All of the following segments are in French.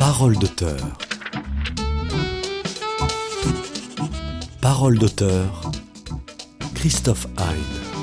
Parole d'auteur. Parole d'auteur. Christophe Hein.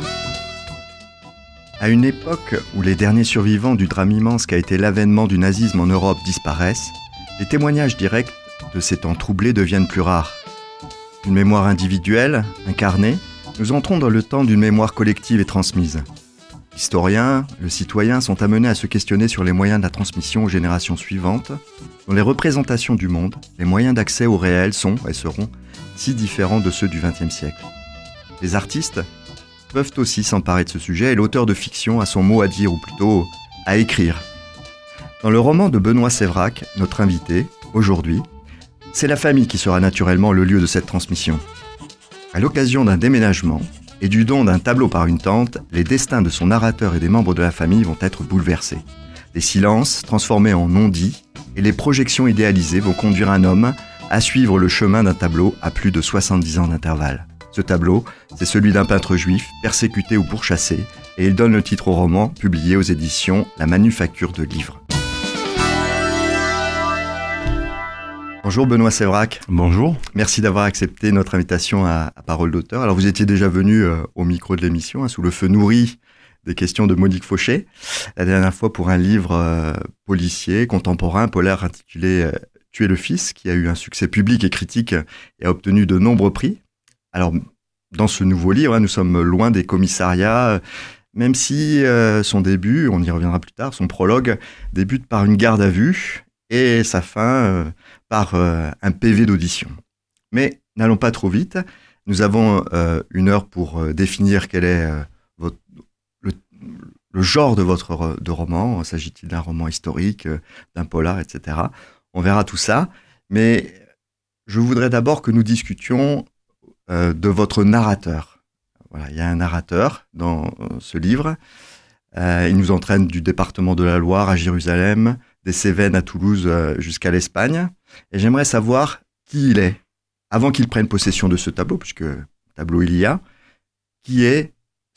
À une époque où les derniers survivants du drame immense qu'a été l'avènement du nazisme en Europe disparaissent, les témoignages directs de ces temps troublés deviennent plus rares. Une mémoire individuelle, incarnée, nous entrons dans le temps d'une mémoire collective et transmise. L'historien, le citoyen sont amenés à se questionner sur les moyens de la transmission aux générations suivantes, dont les représentations du monde, les moyens d'accès au réel sont et seront si différents de ceux du XXe siècle. Les artistes peuvent aussi s'emparer de ce sujet et l'auteur de fiction a son mot à dire, ou plutôt à écrire. Dans le roman de Benoît Sévrac, notre invité, aujourd'hui, c'est la famille qui sera naturellement le lieu de cette transmission. À l'occasion d'un déménagement et du don d'un tableau par une tante, les destins de son narrateur et des membres de la famille vont être bouleversés. Les silences transformés en non-dits et les projections idéalisées vont conduire un homme à suivre le chemin d'un tableau à plus de 70 ans d'intervalle. Ce tableau, c'est celui d'un peintre juif, persécuté ou pourchassé, et il donne le titre au roman, publié aux éditions La Manufacture de Livres. Bonjour Benoît Sévrac. Bonjour. Merci d'avoir accepté notre invitation à Parole d'auteur. Alors vous étiez déjà venu au micro de l'émission, sous le feu nourri des questions de Monique Fauché, la dernière fois pour un livre policier, contemporain, polaire intitulé « Tuer le fils », qui a eu un succès public et critique et a obtenu de nombreux prix. Alors, dans ce nouveau livre, nous sommes loin des commissariats, même si son début, on y reviendra plus tard, son prologue débute par une garde à vue et sa fin par un PV d'audition. Mais n'allons pas trop vite, nous avons une heure pour définir quel est le genre de votre roman. S'agit-il d'un roman historique, d'un polar, etc. On verra tout ça, mais je voudrais d'abord que nous discutions de votre narrateur. Voilà, il y a un narrateur dans ce livre. Il nous entraîne du département de la Loire à Jérusalem, des Cévennes à Toulouse jusqu'à l'Espagne. Et j'aimerais savoir qui il est, avant qu'il prenne possession de ce tableau, puisque tableau il y a. Qui est Stéphane ?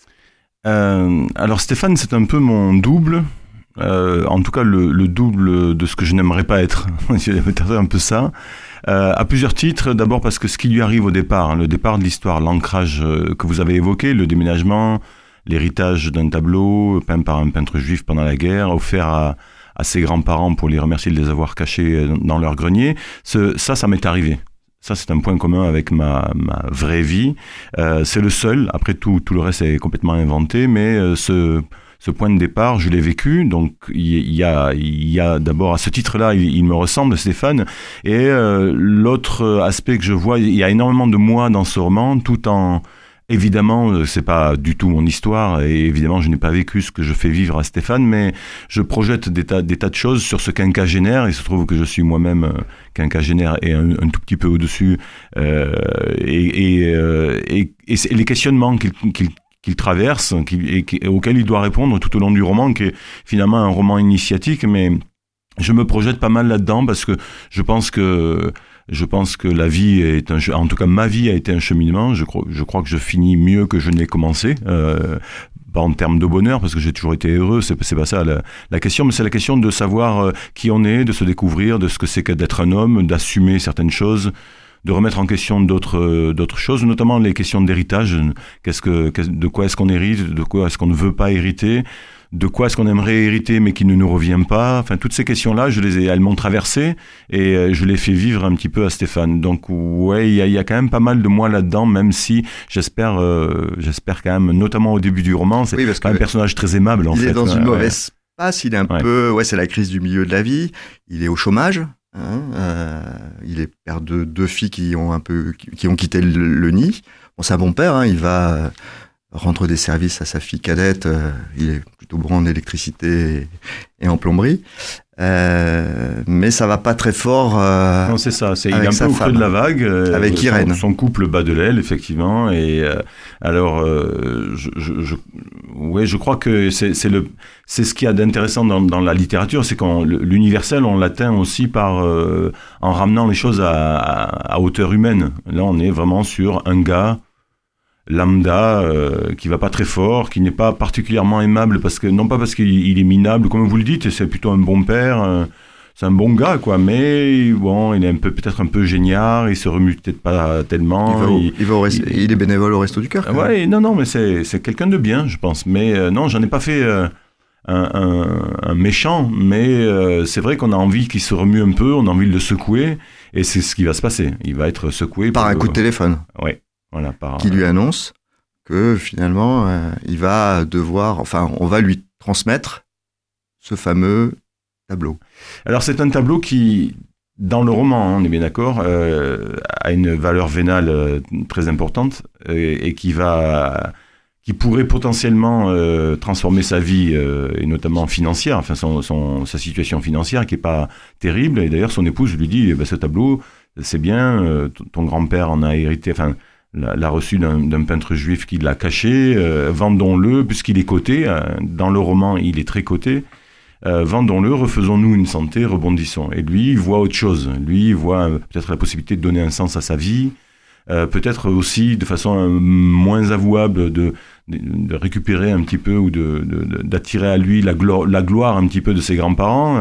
Alors Stéphane, c'est un peu mon double. En tout cas, le double de ce que je n'aimerais pas être. C'est peut-être un peu ça. À plusieurs titres. D'abord parce que ce qui lui arrive au départ, le départ de l'histoire, l'ancrage que vous avez évoqué, le déménagement, l'héritage d'un tableau peint par un peintre juif pendant la guerre, offert à ses grands-parents pour les remercier de les avoir cachés dans leur grenier. Ça m'est arrivé. Ça, c'est un point commun avec ma vraie vie. C'est le seul. Après, tout le reste est complètement inventé, mais ce point de départ, je l'ai vécu. Donc, il y a d'abord, à ce titre-là, il me ressemble, Stéphane. Et l'autre aspect que je vois, il y a énormément de moi dans ce roman, tout en... Évidemment, c'est pas du tout mon histoire, et évidemment, je n'ai pas vécu ce que je fais vivre à Stéphane, mais je projette des tas de choses sur ce quinquagénaire. Il se trouve que je suis moi-même quinquagénaire et un tout petit peu au-dessus, et les questionnements qu'il traverse, auxquels il doit répondre tout au long du roman, qui est finalement un roman initiatique, mais je me projette pas mal là-dedans parce que je pense que la vie est en tout cas ma vie a été un cheminement. Je crois que je finis mieux que je ne l'ai commencé. Pas en termes de bonheur, parce que j'ai toujours été heureux, c'est pas ça la question, mais c'est la question de savoir qui on est, de se découvrir, de ce que c'est que d'être un homme, d'assumer certaines choses, de remettre en question d'autres choses, notamment les questions d'héritage. De quoi est-ce qu'on hérite, de quoi est-ce qu'on ne veut pas hériter, de quoi est-ce qu'on aimerait hériter mais qui ne nous revient pas. Enfin, toutes ces questions-là, elles m'ont traversé et je les fais vivre un petit peu à Stéphane. Donc, ouais, il y a quand même pas mal de moi là-dedans, même si j'espère quand même, notamment au début du roman, c'est un personnage très aimable, en fait. Il est dans une mauvaise passe, il est un peu... Ouais, c'est la crise du milieu de la vie, il est au chômage. Il est père de 2 filles qui ont quitté le nid. Bon, c'est un bon père, il va rendre des services à sa fille cadette. Il est plutôt bon en électricité et en plomberie. Mais ça va pas très fort. Non, c'est ça. Il est un peu au creux de la vague. Avec Irène. Son couple bat de l'aile, effectivement. Et alors, je crois que c'est ce qu'il y a d'intéressant dans la littérature, c'est quand l'universel, on l'atteint aussi en ramenant les choses à hauteur humaine. Là, on est vraiment sur un gars lambda qui va pas très fort, qui n'est pas particulièrement aimable non pas parce qu'il est minable comme vous le dites, c'est plutôt un bon père, c'est un bon gars, quoi, mais bon, il est peut-être un peu géniard, il se remue peut-être pas tellement. Il est bénévole au Resto du Cœur. Ouais, non, mais c'est quelqu'un de bien, je pense. Mais non, j'en ai pas fait un méchant, mais c'est vrai qu'on a envie qu'il se remue un peu, on a envie de le secouer, et c'est ce qui va se passer. Il va être secoué par un coup de téléphone. Ouais, voilà, qui lui annonce que finalement, il va devoir, on va lui transmettre ce fameux tableau. Alors c'est un tableau qui, dans le roman, on est bien d'accord, a une valeur vénale très importante et qui pourrait potentiellement transformer sa vie et notamment financière, enfin sa situation financière qui est pas terrible. Et d'ailleurs son épouse lui dit ce tableau c'est bien, ton grand-père en a hérité, l'a reçu d'un peintre juif qui l'a caché, vendons-le puisqu'il est coté, dans le roman il est très coté. Vendons-le, refaisons-nous une santé, rebondissons. Et lui, il voit autre chose. Lui, il voit peut-être la possibilité de donner un sens à sa vie, peut-être aussi de façon moins avouable de récupérer un petit peu ou d'attirer à lui la gloire un petit peu de ses grands-parents.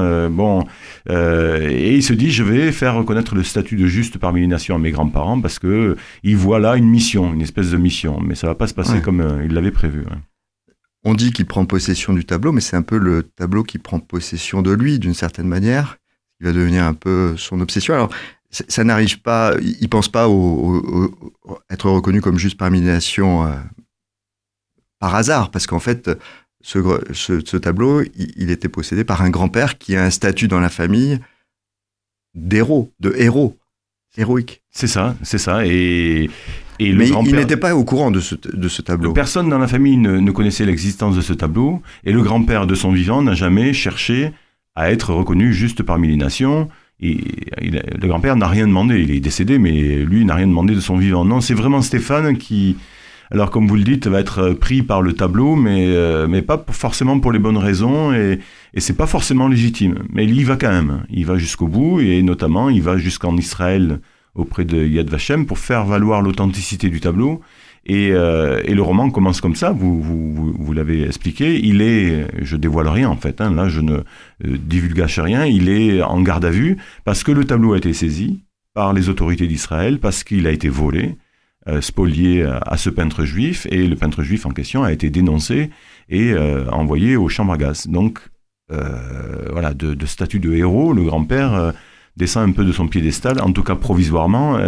Et il se dit, je vais faire reconnaître le statut de juste parmi les nations à mes grands-parents parce que il voit là une mission, une espèce de mission. Mais ça va pas se passer comme il l'avait prévu. Ouais. On dit qu'il prend possession du tableau, mais c'est un peu le tableau qui prend possession de lui, d'une certaine manière. Il va devenir un peu son obsession. Alors, ça n'arrive pas, il pense pas être reconnu comme juste parmi les nations par hasard, parce qu'en fait, ce tableau, il était possédé par un grand-père qui a un statut dans la famille de héros, héroïque. C'est ça. Mais il n'était pas au courant de ce tableau. Personne dans la famille ne connaissait l'existence de ce tableau, et le grand-père de son vivant n'a jamais cherché à être reconnu juste parmi les nations. Et le grand-père n'a rien demandé, il est décédé, mais lui n'a rien demandé de son vivant. Non, c'est vraiment Stéphane qui, alors comme vous le dites, va être pris par le tableau, mais pas forcément pour les bonnes raisons, et c'est pas forcément légitime. Mais il y va quand même, il va jusqu'au bout, et notamment il va jusqu'en Israël, auprès de Yad Vashem pour faire valoir l'authenticité du tableau. Et le roman commence comme ça, vous l'avez expliqué. Il est, je dévoile rien en fait, là je ne divulgage rien, il est en garde à vue parce que le tableau a été saisi par les autorités d'Israël, parce qu'il a été volé, spolié à ce peintre juif, et le peintre juif en question a été dénoncé et envoyé aux chambres à gaz. Donc voilà, de statut de héros, le grand-père descend un peu de son piédestal, en tout cas provisoirement,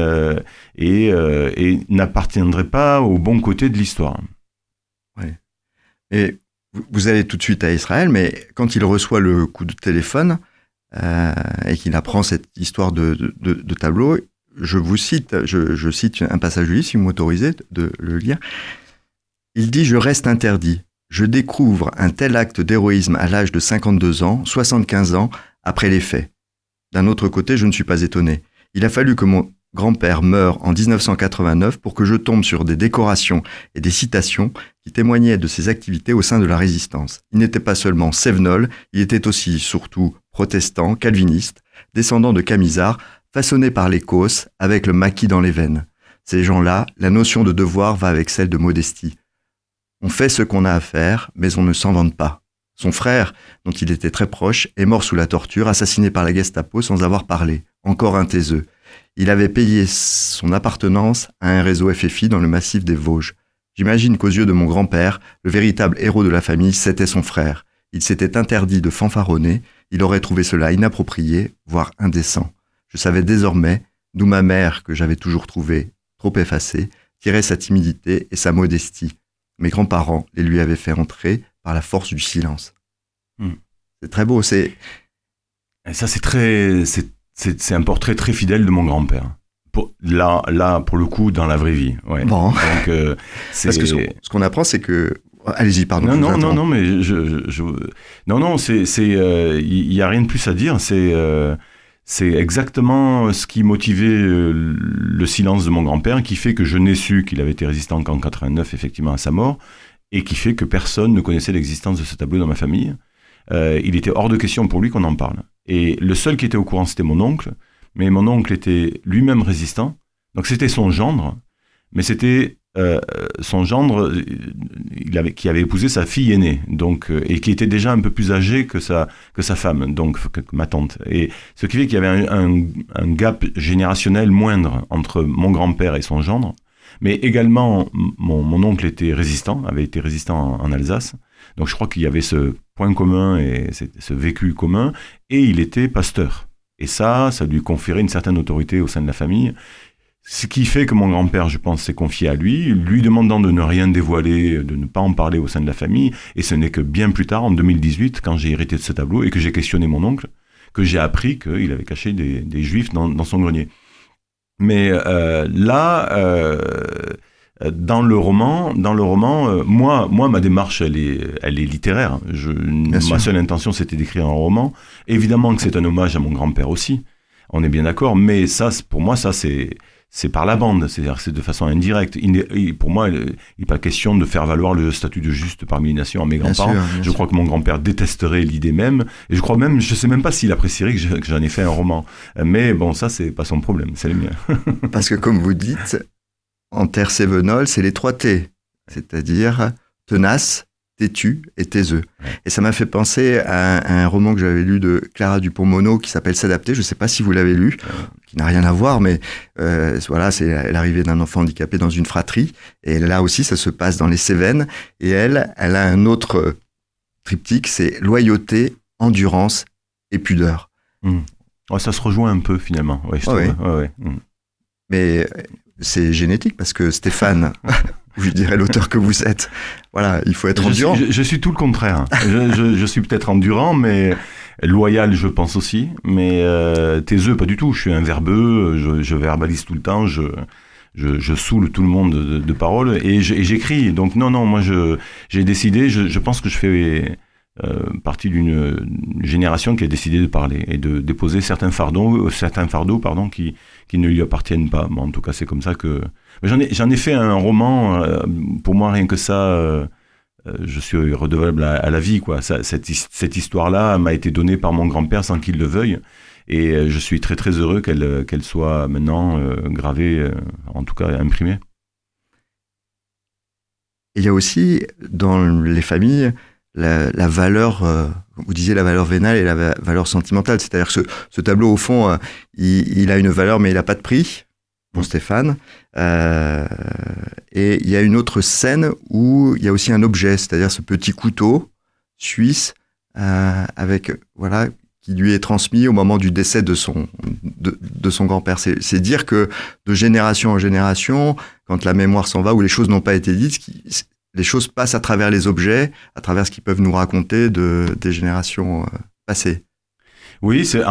et n'appartiendrait pas au bon côté de l'histoire. Oui. Et vous allez tout de suite à Israël, mais quand il reçoit le coup de téléphone et qu'il apprend cette histoire de tableau, je cite un passage du livre, si vous m'autorisez de le lire. Il dit « Je reste interdit. Je découvre un tel acte d'héroïsme à l'âge de 52 ans, 75 ans après les faits. D'un autre côté, je ne suis pas étonné. Il a fallu que mon grand-père meure en 1989 pour que je tombe sur des décorations et des citations qui témoignaient de ses activités au sein de la résistance. Il n'était pas seulement cévenol, il était aussi, surtout, protestant, calviniste, descendant de Camisards, façonné par les Causses, avec le maquis dans les veines. Ces gens-là, la notion de devoir va avec celle de modestie. On fait ce qu'on a à faire, mais on ne s'en vante pas. Son frère, dont il était très proche, est mort sous la torture, assassiné par la Gestapo sans avoir parlé. Encore un taiseux. Il avait payé son appartenance à un réseau FFI dans le massif des Vosges. J'imagine qu'aux yeux de mon grand-père, le véritable héros de la famille, c'était son frère. Il s'était interdit de fanfaronner, il aurait trouvé cela inapproprié, voire indécent. Je savais désormais d'où ma mère, que j'avais toujours trouvée trop effacée, tirait sa timidité et sa modestie. Mes grands-parents les lui avaient fait entrer par la force du silence. C'est très beau, c'est... Et ça, c'est un portrait très fidèle de mon grand-père. Là, pour le coup, dans la vraie vie. Ouais. Bon. Donc, parce que ce qu'on apprend, c'est que... Allez-y, pardon. Non, mais il y a rien de plus à dire. C'est exactement ce qui motivait le silence de mon grand-père, qui fait que je n'ai su qu'il avait été résistant qu'en 89, effectivement, à sa mort, et qui fait que personne ne connaissait l'existence de ce tableau dans ma famille. Il était hors de question pour lui qu'on en parle. Et le seul qui était au courant, c'était mon oncle, mais mon oncle était lui-même résistant, donc c'était son gendre, mais c'était son gendre, qui avait épousé sa fille aînée, donc, et qui était déjà un peu plus âgé que sa femme, donc que ma tante. Et ce qui fait qu'il y avait un gap générationnel moindre entre mon grand-père et son gendre. Mais également, mon oncle avait été résistant en Alsace. Donc je crois qu'il y avait ce point commun et ce vécu commun. Et il était pasteur. Et ça lui conférait une certaine autorité au sein de la famille. Ce qui fait que mon grand-père, je pense, s'est confié à lui demandant de ne rien dévoiler, de ne pas en parler au sein de la famille. Et ce n'est que bien plus tard, en 2018, quand j'ai hérité de ce tableau et que j'ai questionné mon oncle, que j'ai appris qu'il avait caché des juifs dans son grenier. Mais dans le roman, moi, ma démarche, elle est littéraire. Ma seule intention, c'était d'écrire un roman. Évidemment que c'est un hommage à mon grand-père aussi. On est bien d'accord. Mais ça, pour moi, ça, c'est par la bande. C'est-à-dire, c'est de façon indirecte. Pour moi, il n'est pas question de faire valoir le statut de juste parmi les nations à mes grands-parents. Je crois que mon grand-père détesterait l'idée même. Et je sais même pas s'il apprécierait que j'en ai fait un roman. Mais bon, ça, c'est pas son problème. C'est le mien. Parce que, comme vous dites, en terre cévenole, c'est les 3 T. C'est-à-dire tenace, têtu et taiseux. Ouais. Et ça m'a fait penser à un roman que j'avais lu de Clara Dupont-Mono qui s'appelle S'adapter. Je ne sais pas si vous l'avez lu, qui n'a rien à voir, mais voilà, c'est l'arrivée d'un enfant handicapé dans une fratrie. Et là aussi, ça se passe dans les Cévennes. Et elle a un autre triptyque, c'est loyauté, endurance et pudeur. Ouais, ça se rejoint un peu finalement. Ouais, je trouve. Ouais. Mais c'est génétique parce que Stéphane, je dirais l'auteur que vous êtes, voilà, il faut être endurant. Je suis tout le contraire. je suis peut-être endurant, mais loyal, je pense aussi. Mais taiseux, pas du tout. Je suis un verbeux, je verbalise tout le temps, je saoule tout le monde de paroles et j'écris. Donc non, moi j'ai décidé, je pense que je fais partie d'une génération qui a décidé de parler et de déposer certains fardeaux qui ne lui appartiennent pas. Bon, en tout cas, c'est comme ça que... Mais j'en ai fait un roman, pour moi, rien que ça, je suis redevable à la vie, quoi. Cette histoire-là m'a été donnée par mon grand-père sans qu'il le veuille. Et je suis très, très heureux qu'elle soit maintenant gravée, en tout cas imprimée. Il y a aussi, dans les familles, la valeur, vous disiez la valeur vénale et la valeur sentimentale. C'est-à-dire que ce tableau, au fond, il a une valeur, mais il n'a pas de prix, pour Stéphane. Et il y a une autre scène où il y a aussi un objet, c'est-à-dire ce petit couteau suisse avec, voilà, qui lui est transmis au moment du décès de son grand-père. C'est dire que de génération en génération, quand la mémoire s'en va ou les choses n'ont pas été dites, les choses passent à travers les objets, à travers ce qu'ils peuvent nous raconter des générations passées. Oui, c'est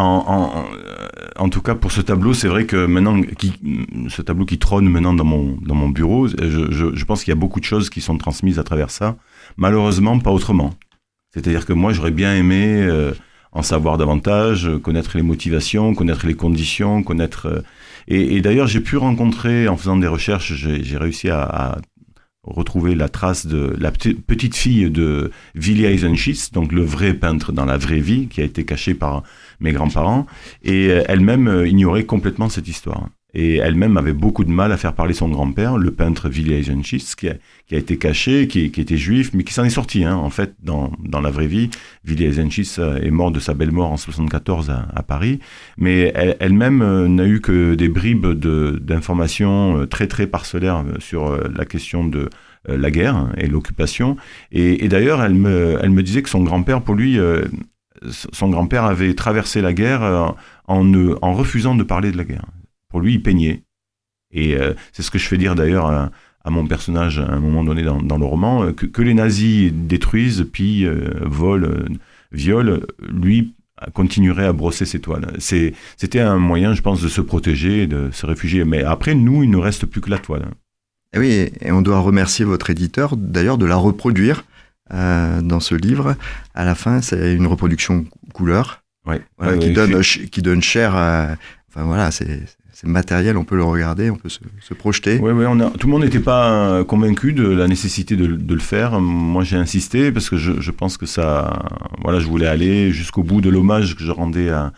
en tout cas pour ce tableau, c'est vrai que maintenant, ce tableau qui trône maintenant dans mon bureau, je pense qu'il y a beaucoup de choses qui sont transmises à travers ça. Malheureusement, pas autrement. C'est-à-dire que moi, j'aurais bien aimé en savoir davantage, connaître les motivations, connaître les conditions, connaître... Et d'ailleurs, j'ai pu rencontrer, en faisant des recherches, j'ai réussi à retrouver la trace de la petite fille de Willi Eisenschitz, donc le vrai peintre dans la vraie vie, qui a été caché par mes grands-parents, et elle-même ignorait complètement cette histoire. Et elle-même avait beaucoup de mal à faire parler son grand-père, le peintre Willi Eisenschitz, qui a été caché, qui était juif, mais qui s'en est sorti, en fait, dans la vraie vie. Willi Eisenschitz est mort de sa belle mort en 1974 à Paris, mais elle-même n'a eu que des bribes d'informations très, très parcellaires sur la question de la guerre et l'occupation. Et d'ailleurs, elle me disait que son grand-père, pour lui, son grand-père avait traversé la guerre en refusant de parler de la guerre. Pour lui, il peignait. Et c'est ce que je fais dire d'ailleurs à mon personnage à un moment donné dans le roman, que les nazis détruisent, puis volent, violent, lui continuerait à brosser ses toiles. C'était un moyen, je pense, de se protéger, de se réfugier. Mais après, nous, il ne reste plus que la toile. Et oui, et on doit remercier votre éditeur, d'ailleurs, de la reproduire dans ce livre. À la fin, c'est une reproduction couleur, voilà, qui donne chair à... Enfin voilà, c'est matériel, on peut le regarder, on peut se projeter. Oui, tout le monde n'était pas convaincu de la nécessité de le faire. Moi, j'ai insisté parce que je pense que ça... Voilà, je voulais aller jusqu'au bout de l'hommage que je rendais à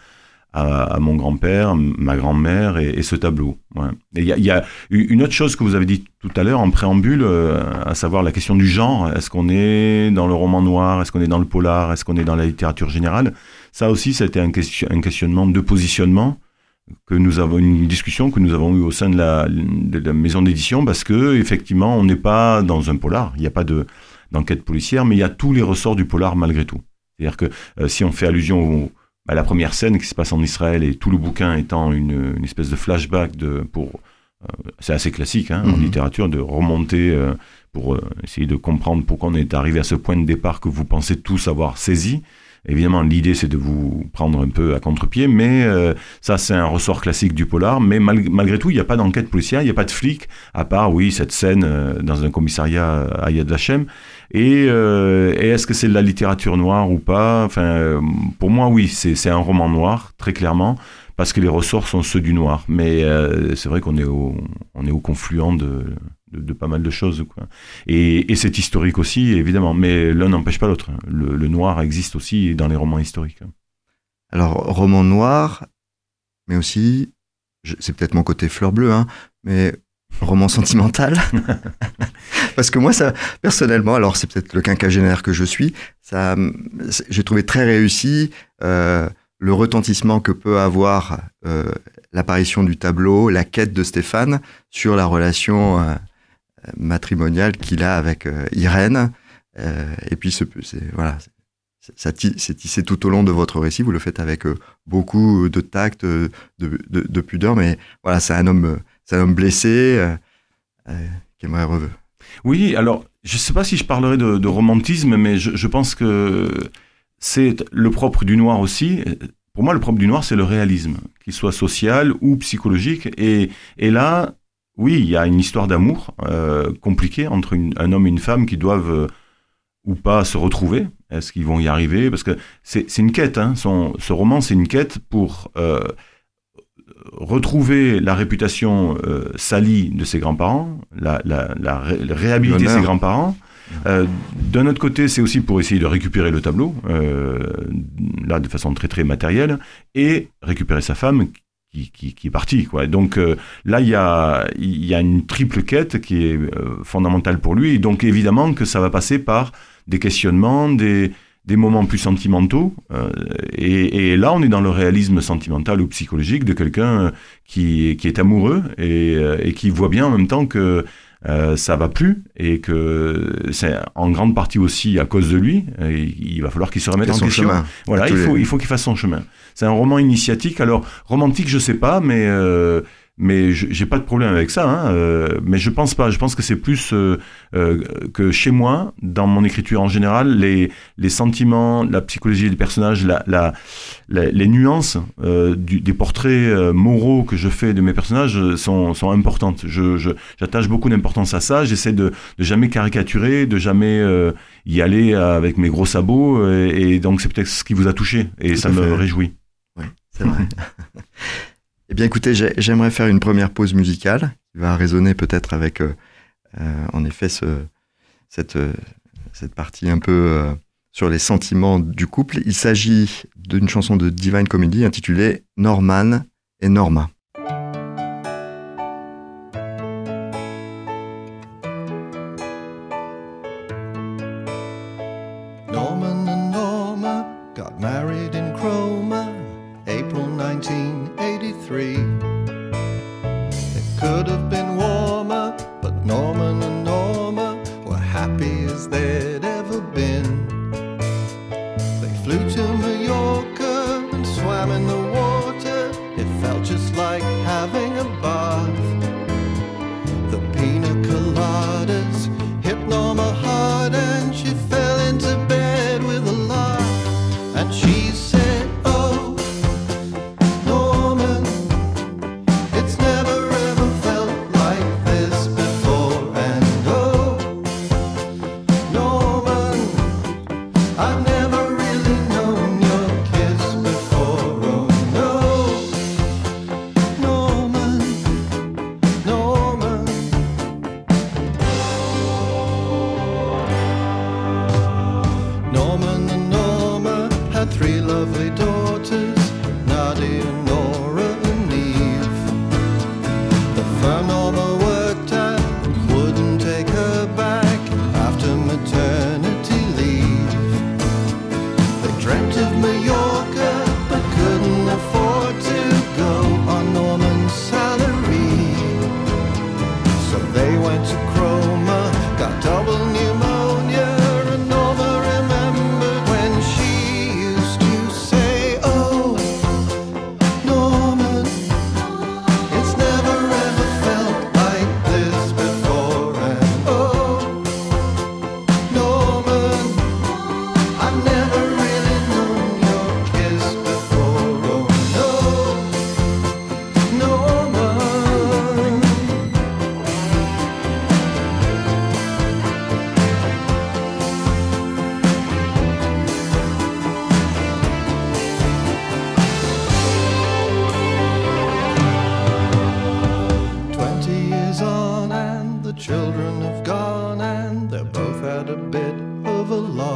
à mon grand-père, ma grand-mère et ce tableau. Ouais. Et il y a une autre chose que vous avez dit tout à l'heure en préambule, à savoir la question du genre. Est-ce qu'on est dans le roman noir? Est-ce qu'on est dans le polar? Est-ce qu'on est dans la littérature générale? Ça aussi, ça a été un questionnement de positionnement une discussion que nous avons eue au sein de la maison d'édition, parce que effectivement, on n'est pas dans un polar. Il n'y a pas d'enquête policière, mais il y a tous les ressorts du polar malgré tout. C'est-à-dire que si on fait allusion à la première scène qui se passe en Israël et tout le bouquin étant une espèce de flashback c'est assez classique en littérature de remonter pour essayer de comprendre pourquoi on est arrivé à ce point de départ que vous pensez tous avoir saisi. Évidemment, l'idée, c'est de vous prendre un peu à contre-pied, mais ça, c'est un ressort classique du polar. Mais malgré tout, il n'y a pas d'enquête policière, il n'y a pas de flic, à part, oui, cette scène dans un commissariat à Yad Vashem. Et est-ce que c'est de la littérature noire ou pas? Enfin, pour moi, oui, c'est un roman noir, très clairement, parce que les ressorts sont ceux du noir. Mais c'est vrai qu'on est au confluent de pas mal de choses, quoi. Et c'est historique aussi, évidemment, mais l'un n'empêche pas l'autre. Le noir existe aussi dans les romans historiques. Alors, roman noir, mais aussi, c'est peut-être mon côté fleur bleue, mais roman sentimental. Parce que moi, ça, personnellement, alors c'est peut-être le quinquagénaire que je suis, j'ai trouvé très réussi le retentissement que peut avoir l'apparition du tableau, la quête de Stéphane sur la relation matrimoniale qu'il a avec Irène. Et puis, c'est tissé tout au long de votre récit. Vous le faites avec beaucoup de tact, de pudeur, mais voilà, c'est un homme blessé qui aimerait revenir. Oui, alors, je ne sais pas si je parlerai de romantisme, mais je pense que c'est le propre du noir aussi. Pour moi, le propre du noir, c'est le réalisme, qu'il soit social ou psychologique. Et là, oui, il y a une histoire d'amour compliquée entre un homme et une femme qui doivent ou pas se retrouver. Est-ce qu'ils vont y arriver? Parce que c'est une quête. Ce roman, c'est une quête pour retrouver la réputation salie de ses grands-parents, réhabiliter ses grands-parents. D'un autre côté, c'est aussi pour essayer de récupérer le tableau, là de façon très très matérielle, et récupérer sa femme qui est partie, quoi. Donc là, il y a une triple quête qui est fondamentale pour lui, et donc évidemment que ça va passer par des questionnements, des moments plus sentimentaux, et là on est dans le réalisme sentimental ou psychologique de quelqu'un qui est amoureux et qui voit bien en même temps que ça va plus, et que c'est en grande partie aussi à cause de lui, et il va falloir qu'il se remette en question. Voilà, il faut qu'il fasse son chemin. C'est un roman initiatique, alors romantique je sais pas, mais j'ai pas de problème avec ça, mais je pense pas. Je pense que c'est plus que chez moi, dans mon écriture en général, les sentiments, la psychologie des personnages, les nuances des portraits moraux que je fais de mes personnages sont importantes. J'attache beaucoup d'importance à ça. J'essaie de jamais caricaturer, de jamais y aller avec mes gros sabots, et donc c'est peut-être ce qui vous a touché, et ça me réjouit. Oui, c'est vrai. Eh bien, écoutez, j'aimerais faire une première pause musicale qui va résonner peut-être avec, en effet, cette partie un peu sur les sentiments du couple. Il s'agit d'une chanson de Divine Comedy intitulée Norman et Norma. Norman and Norma got married in Cromer, April 1983. It could have been warmer, but Norman and Norma were happy as they'd ever been. They flew to Mallorca and swam in the water. It felt just like having a bath. The pina coladas hit Norma hard, and she fell into bed with a laugh. And she said, "Oh, Norman,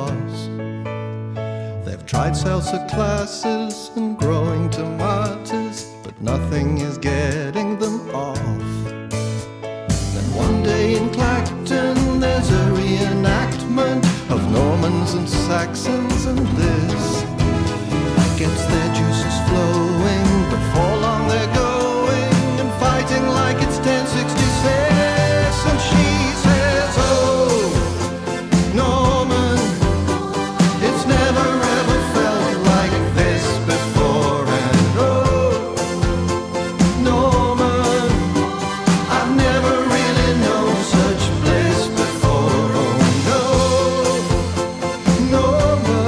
cross. They've tried salsa classes and growing tomatoes, but nothing is getting them off. Then one day in Clacton there's a reenactment of Normans and Saxons, and this gets their juices flowing. Before long they're going and fighting like it's 1066. And she says, oh, Norman, it's never ever felt like this before. And oh, Norman, I've never really known such bliss before. Oh no, Norman.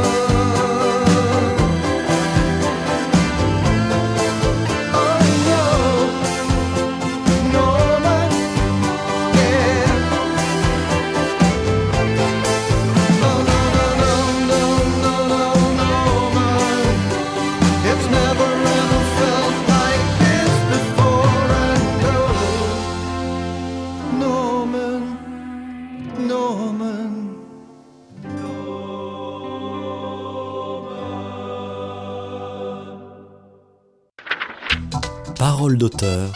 Parole d'auteur.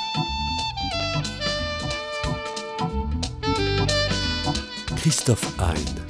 Christophe Hein.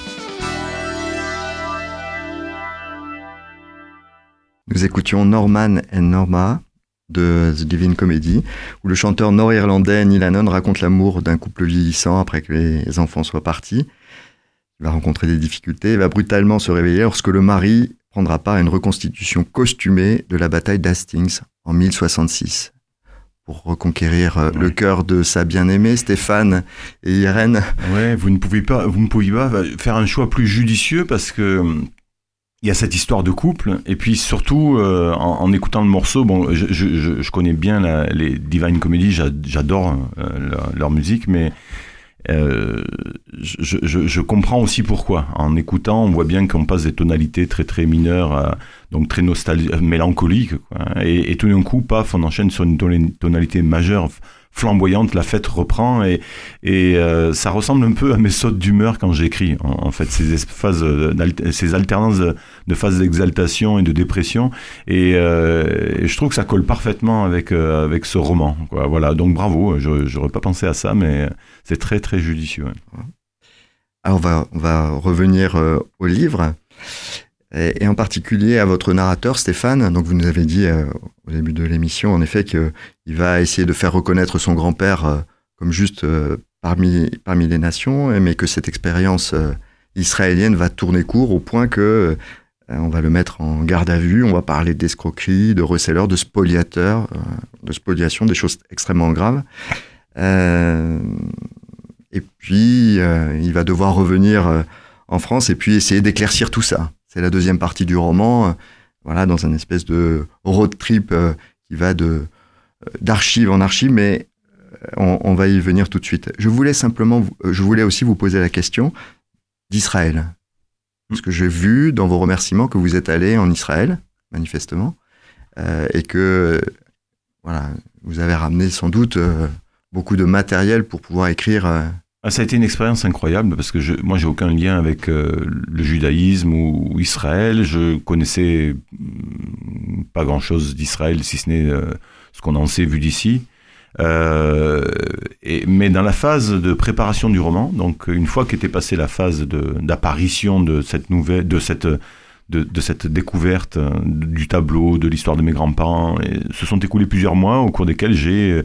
Nous écoutions Norman and Norma de The Divine Comedy, où le chanteur nord-irlandais Neil Hannon raconte l'amour d'un couple vieillissant après que les enfants soient partis. Il va rencontrer des difficultés et va brutalement se réveiller lorsque le mari prendra part à une reconstitution costumée de la bataille d'Hastings en 1066 pour reconquérir le cœur de sa bien-aimée Stéphane et Irène. Ouais, vous ne pouviez pas faire un choix plus judicieux parce que il y a cette histoire de couple, et puis surtout en écoutant le morceau, bon, je connais bien les Divine Comedy, j'adore leur musique, mais je comprends aussi pourquoi. En écoutant, on voit bien qu'on passe des tonalités très très mineures, donc très mélancoliques, quoi. Et tout d'un coup, paf, on enchaîne sur une tonalité majeure, flamboyante, la fête reprend, et ça ressemble un peu à mes sautes d'humeur quand j'écris, en fait, ces alternances de phases d'exaltation et de dépression, et je trouve que ça colle parfaitement avec ce roman, quoi. Voilà, donc bravo, j'aurais pas pensé à ça, mais c'est très très judicieux. Ouais. Alors on va revenir au livre, et en particulier à votre narrateur Stéphane. Donc vous nous avez dit au début de l'émission, en effet, qu'il va essayer de faire reconnaître son grand-père comme juste parmi les nations, mais que cette expérience israélienne va tourner court au point que on va le mettre en garde à vue. On va parler d'escroquerie, de receleurs, de spoliateurs, de spoliation, des choses extrêmement graves. Et puis il va devoir revenir en France et puis essayer d'éclaircir tout ça. C'est la deuxième partie du roman, voilà, dans une espèce de road trip qui va d'archive en archive, mais on va y venir tout de suite. Je voulais aussi vous poser la question d'Israël. Parce que j'ai vu dans vos remerciements que vous êtes allé en Israël, manifestement, et que voilà, vous avez ramené sans doute beaucoup de matériel pour pouvoir écrire. Ça a été une expérience incroyable parce que moi j'ai aucun lien avec le judaïsme ou Israël. Je connaissais pas grand-chose d'Israël si ce n'est ce qu'on en sait vu d'ici. Mais dans la phase de préparation du roman, donc une fois qu'était passée la phase d'apparition de cette nouvelle, de cette découverte du tableau, de l'histoire de mes grands-parents, se sont écoulés plusieurs mois au cours desquels j'ai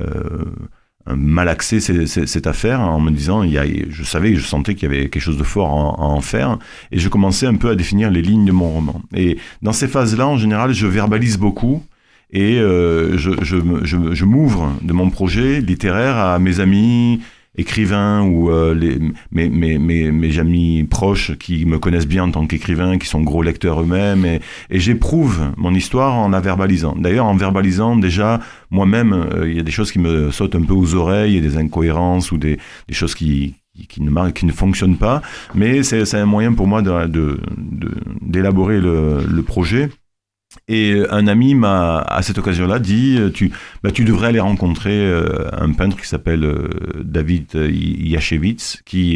malaxé cette affaire en me disant, je sentais qu'il y avait quelque chose de fort à en faire, et je commençais un peu à définir les lignes de mon roman. Et dans ces phases-là, en général, je verbalise beaucoup, et je m'ouvre de mon projet littéraire à mes amis écrivains ou mes amis proches qui me connaissent bien en tant qu'écrivain, qui sont gros lecteurs eux-mêmes, et j'éprouve mon histoire en la verbalisant. D'ailleurs, en verbalisant, déjà, moi-même, il y a des choses qui me sautent un peu aux oreilles, il y a des incohérences ou des choses qui ne fonctionnent pas, mais c'est un moyen pour moi d'élaborer le projet. Et un ami m'a, à cette occasion-là, dit tu devrais aller rencontrer un peintre qui s'appelle David Yashevitz, qui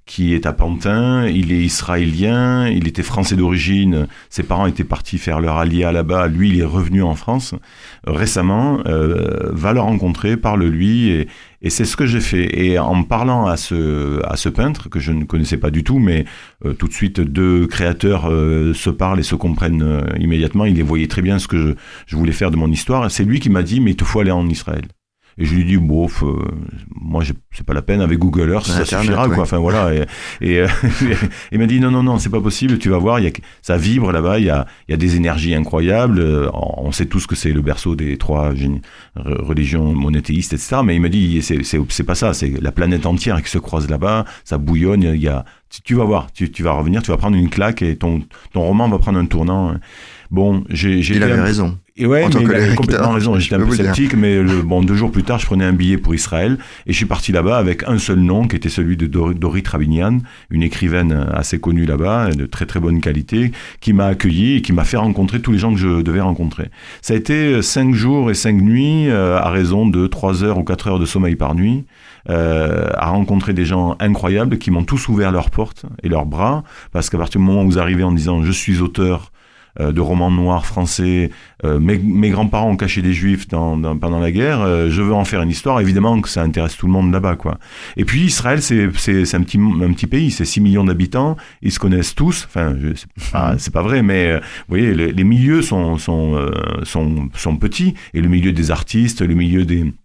qui est à Pantin, il est israélien, il était français d'origine, ses parents étaient partis faire leur alia là-bas, lui il est revenu en France récemment, va le rencontrer, parle-lui, et c'est ce que j'ai fait. Et en parlant à ce peintre, que je ne connaissais pas du tout, mais tout de suite deux créateurs se parlent et se comprennent immédiatement, il les voyait très bien ce que je voulais faire de mon histoire, et c'est lui qui m'a dit, mais il te faut aller en Israël. Et je lui dis, bof, moi, c'est pas la peine, avec Google Earth, ça suffira, quoi. Enfin, voilà. Et il m'a dit, non, c'est pas possible, tu vas voir, ça vibre là-bas, il y a des énergies incroyables. On sait tous que c'est le berceau des 3 religions monothéistes, etc. Mais il m'a dit, c'est pas ça, c'est la planète entière qui se croise là-bas, ça bouillonne, tu vas voir, tu vas revenir, tu vas prendre une claque et ton roman va prendre un tournant. Bon, il avait raison. Et ouais, mais il avait complètement raison. J'étais un peu sceptique, mais 2 jours plus tard, je prenais un billet pour Israël et je suis parti là-bas avec un seul nom, qui était celui de Dorit Rabinian, une écrivaine assez connue là-bas, de très très bonne qualité, qui m'a accueilli et qui m'a fait rencontrer tous les gens que je devais rencontrer. Ça a été 5 jours et 5 nuits, à raison de 3 heures ou 4 heures de sommeil par nuit, à rencontrer des gens incroyables qui m'ont tous ouvert leurs portes et leurs bras, parce qu'à partir du moment où vous arrivez en disant « je suis auteur », de romans noirs français, mes grands-parents ont caché des juifs pendant la guerre, je veux en faire une histoire, évidemment que ça intéresse tout le monde là-bas, quoi. Et puis Israël, c'est un petit pays, c'est 6 millions d'habitants, ils se connaissent tous, enfin, c'est pas vrai, mais vous voyez, les milieux sont petits, et le milieu des artistes, le milieu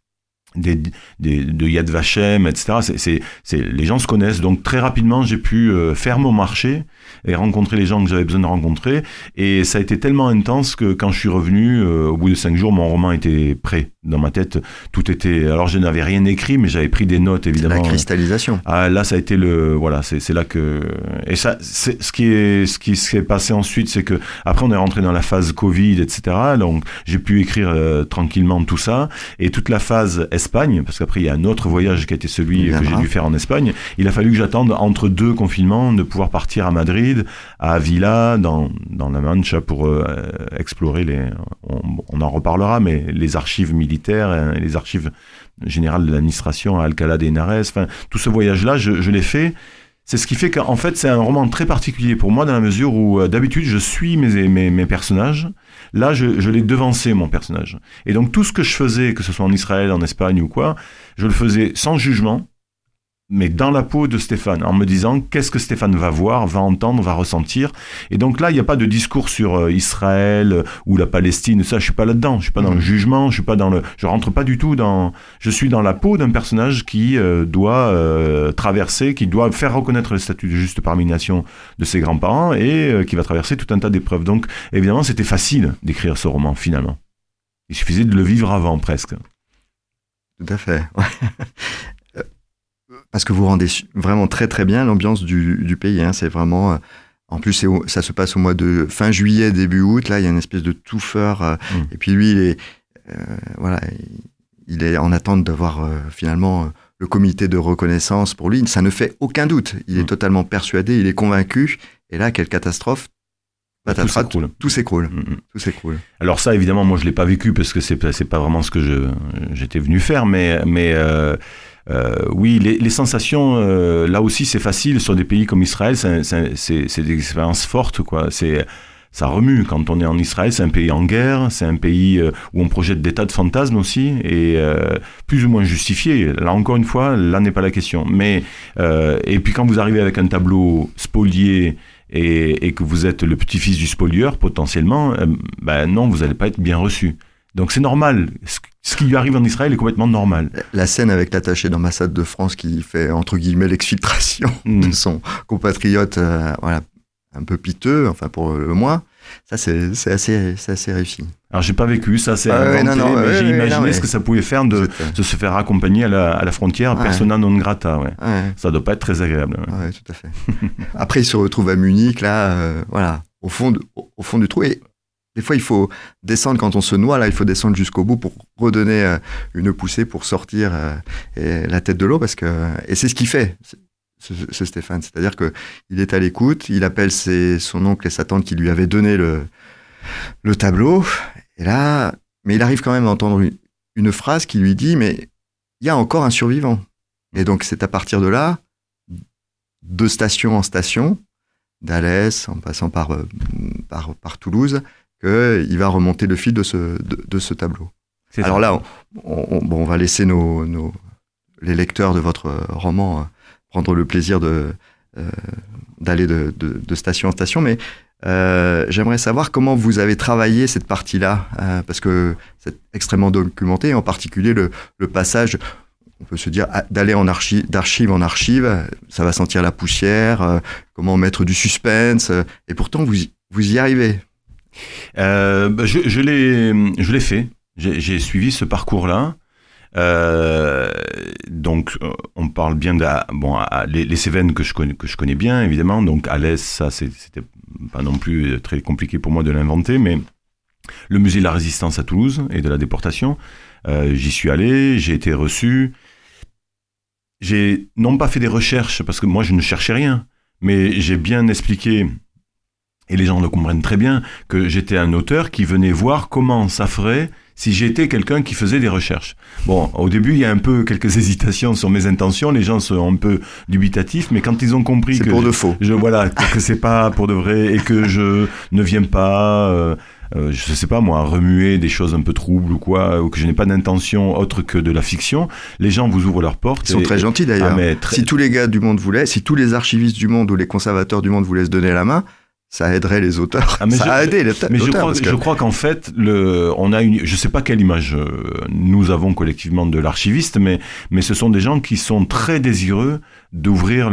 de Yad Vashem, etc. Les gens se connaissent, donc très rapidement j'ai pu faire mon marché et rencontrer les gens que j'avais besoin de rencontrer, et ça a été tellement intense que quand je suis revenu, au bout de 5 jours, mon roman était prêt dans ma tête, tout était, alors je n'avais rien écrit, mais j'avais pris des notes, évidemment. La cristallisation. Là ça a été c'est là que, et ça, c'est ce qui s'est passé ensuite, c'est que après on est rentré dans la phase Covid, etc. Donc j'ai pu écrire tranquillement tout ça, et toute la phase Espagne, parce qu'après il y a un autre voyage qui a été celui que j'ai dû faire en Espagne. Il a fallu que j'attende entre 2 confinements de pouvoir partir à Madrid, à Avila, dans la Mancha, pour explorer on en reparlera, mais les archives militaires, les archives générales de l'administration à Alcalá de Henares, enfin tout ce voyage-là, je l'ai fait. C'est ce qui fait qu'en fait, c'est un roman très particulier pour moi, dans la mesure où, d'habitude, je suis mes personnages. Là, je l'ai devancé, mon personnage. Et donc, tout ce que je faisais, que ce soit en Israël, en Espagne ou quoi, je le faisais sans jugement, mais dans la peau de Stéphane, en me disant qu'est-ce que Stéphane va voir, va entendre, va ressentir. Et donc là, il n'y a pas de discours sur Israël ou la Palestine, ça, je suis pas là-dedans. Je suis pas dans le jugement, je rentre pas du tout je suis dans la peau d'un personnage qui doit traverser, qui doit faire reconnaître le statut de juste parmi les nations de ses grands-parents et qui va traverser tout un tas d'épreuves. Donc, évidemment, c'était facile d'écrire ce roman, finalement. Il suffisait de le vivre avant, presque. Tout à fait. Parce que vous rendez vraiment très très bien l'ambiance du pays. Hein. C'est vraiment, en plus ça se passe au mois de fin juillet, début août. Là, il y a une espèce de touffeur. Et puis lui, il est en attente d'avoir finalement le comité de reconnaissance pour lui. Ça ne fait aucun doute. Il est totalement persuadé, il est convaincu. Et là, quelle catastrophe! Tout s'écroule. Tout s'écroule. Alors ça, évidemment, moi je l'ai pas vécu parce que c'est pas vraiment ce que j'étais venu faire, mais oui, les sensations, là aussi, c'est facile sur des pays comme Israël. C'est des expériences fortes, quoi. Ça remue quand on est en Israël. C'est un pays en guerre, c'est un pays où on projette des tas de fantasmes aussi, et plus ou moins justifiés. Là, encore une fois, là n'est pas la question. Mais et puis quand vous arrivez avec un tableau spolié et que vous êtes le petit-fils du spolieur, potentiellement, non, vous n'allez pas être bien reçu. Donc c'est normal. Ce qui lui arrive en Israël est complètement normal. La scène avec l'attaché d'ambassade de France qui fait, entre guillemets, l'exfiltration de son compatriote, un peu piteux, enfin pour le moins, ça c'est assez réussi. Alors j'ai pas vécu, ça c'est inventé, mais j'ai imaginé ce que ça pouvait faire de se faire accompagner à la frontière, persona non grata. Ouais. Ça doit pas être très agréable. Ouais, tout à fait. Après il se retrouve à Munich, là, au fond du trou. Et des fois, il faut descendre quand on se noie. Là, il faut descendre jusqu'au bout pour redonner une poussée pour sortir la tête de l'eau, et c'est ce qu'il fait, ce Stéphane. C'est-à-dire que il est à l'écoute. Il appelle son oncle et sa tante qui lui avaient donné le tableau. Et là, mais il arrive quand même à entendre une phrase qui lui dit, mais il y a encore un survivant. Et donc, c'est à partir de là, de station en station, d'Alès en passant par Toulouse, qu'il va remonter le fil de ce tableau. Alors là, on va laisser les lecteurs de votre roman prendre le plaisir d'aller de station en station, mais j'aimerais savoir comment vous avez travaillé cette partie-là, parce que c'est extrêmement documenté, en particulier le passage, on peut se dire, d'aller d'archive en archive, ça va sentir la poussière, comment mettre du suspense, et pourtant vous y arrivez. Je l'ai fait, j'ai suivi ce parcours-là. Donc, on parle bien les Cévennes que je connais bien, évidemment. Donc, Alès, ça, c'était pas non plus très compliqué pour moi de l'inventer, mais le musée de la Résistance à Toulouse et de la déportation, j'y suis allé, j'ai été reçu. J'ai non pas fait des recherches, parce que moi, je ne cherchais rien, mais j'ai bien expliqué, et les gens le comprennent très bien, que j'étais un auteur qui venait voir comment ça ferait si j'étais quelqu'un qui faisait des recherches. Bon, au début, il y a un peu quelques hésitations sur mes intentions, les gens sont un peu dubitatifs, mais quand ils ont compris que... C'est pour de faux. Que c'est pas pour de vrai, et que je ne viens pas... je sais pas moi, remuer des choses un peu troubles ou quoi, ou que je n'ai pas d'intention autre que de la fiction, les gens vous ouvrent leurs portes. Ils sont très gentils d'ailleurs. Si tous les gars du monde voulaient, si tous les archivistes du monde ou les conservateurs du monde voulaient se donner la main, ça aiderait les auteurs. Ça a aidé les auteurs. Mais je crois qu'en fait, je sais pas quelle image nous avons collectivement de l'archiviste, mais ce sont des gens qui sont très désireux d'ouvrir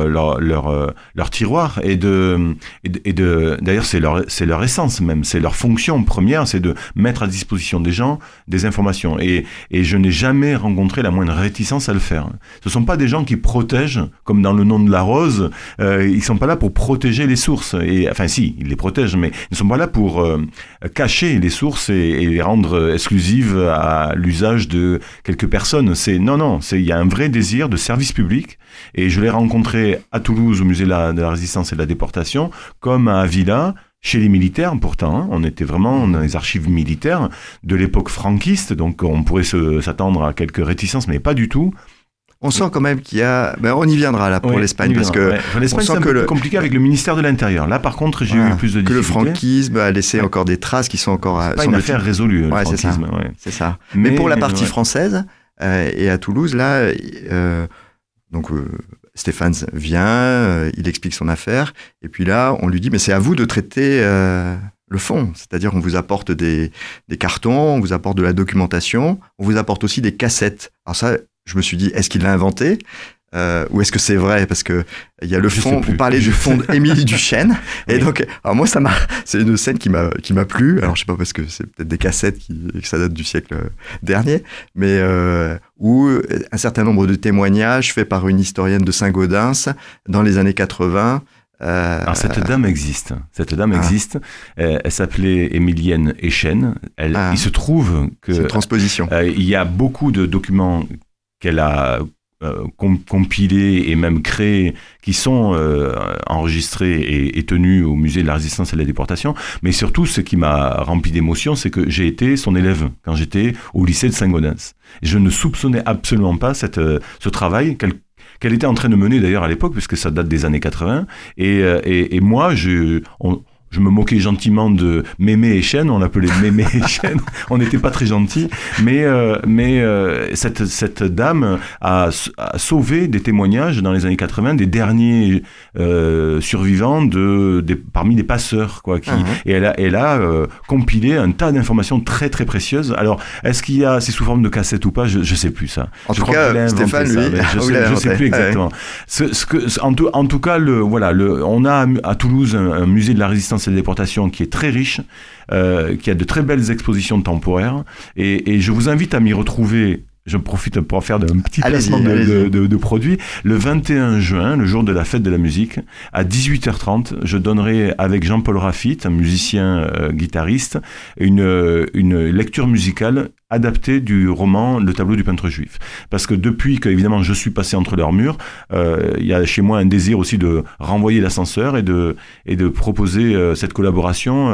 leur tiroir et d'ailleurs c'est leur essence même, c'est leur fonction première, c'est de mettre à disposition des gens des informations, et je n'ai jamais rencontré la moindre réticence à le faire. Ce sont pas des gens qui protègent comme dans Le Nom de la Rose, ils sont pas là pour protéger les sources, enfin si, ils les protègent, mais ils ne sont pas là pour cacher les sources et les rendre exclusives à l'usage de quelques personnes. Il y a un vrai désir de service public. Et je l'ai rencontré à Toulouse, au musée de la Résistance et de la Déportation, comme à Avila, chez les militaires pourtant. Hein. On était vraiment dans les archives militaires de l'époque franquiste, donc on pourrait s'attendre à quelques réticences, mais pas du tout. On sent quand même qu'il y a... on y viendra là pour l'Espagne, parce que... Ouais. L'Espagne, c'est un peu compliqué avec le ministère de l'Intérieur. Là, par contre, j'ai eu plus de difficultés. Que le franquisme a laissé encore des traces qui sont encore... C'est pas une affaire résolue, le franquisme. C'est ça. Mais pour la partie française, et à Toulouse, là... Stéphane vient, il explique son affaire, et puis là, on lui dit, mais c'est à vous de traiter le fond. C'est-à-dire, on vous apporte des cartons, on vous apporte de la documentation, on vous apporte aussi des cassettes. Alors ça, je me suis dit, est-ce qu'il l'a inventé ou est-ce que c'est vrai? Parce que il y a le fond, vous parlez du fond d'Émilie Duchesne, et donc, alors moi, c'est une scène qui m'a plu. Alors, je sais pas, parce que c'est peut-être des cassettes que ça date du siècle dernier, mais où un certain nombre de témoignages faits par une historienne de Saint-Gaudens dans les années 80. Alors cette dame existe. Elle s'appelait Émilienne Echen. Il se trouve que c'est une transposition. Il y a beaucoup de documents qu'elle a compilés et même créés qui sont enregistrés et tenus au musée de la Résistance et de la Déportation. Mais surtout, ce qui m'a rempli d'émotion, c'est que j'ai été son élève quand j'étais au lycée de Saint-Gaudens. Je ne soupçonnais absolument pas ce travail qu'elle était en train de mener d'ailleurs à l'époque, puisque ça date des années 80. Et moi, je me moquais gentiment de Mémé Echen, on l'appelait Mémé Echen, on n'était pas très gentils, mais cette dame a sauvé des témoignages dans les années 80 des derniers survivants parmi les passeurs, quoi, et elle a compilé un tas d'informations très très précieuses. Alors, est-ce qu'il y a, c'est sous forme de cassette ou pas, je sais plus ça. En tout cas, Stéphane, lui, je sais plus exactement. En tout cas, on a à Toulouse un musée de la Résistance et de la Déportation qui est très riche, qui a de très belles expositions temporaires, et je vous invite à m'y retrouver. Je profite pour faire un petit placement de produits. Le 21 juin, le jour de la fête de la musique, à 18h30, je donnerai avec Jean-Paul Raffitte, un musicien guitariste, une lecture musicale adapté du roman Le tableau du peintre juif. Parce que depuis que, évidemment, je suis passé entre leurs murs, il y a chez moi un désir aussi de renvoyer l'ascenseur et de proposer cette collaboration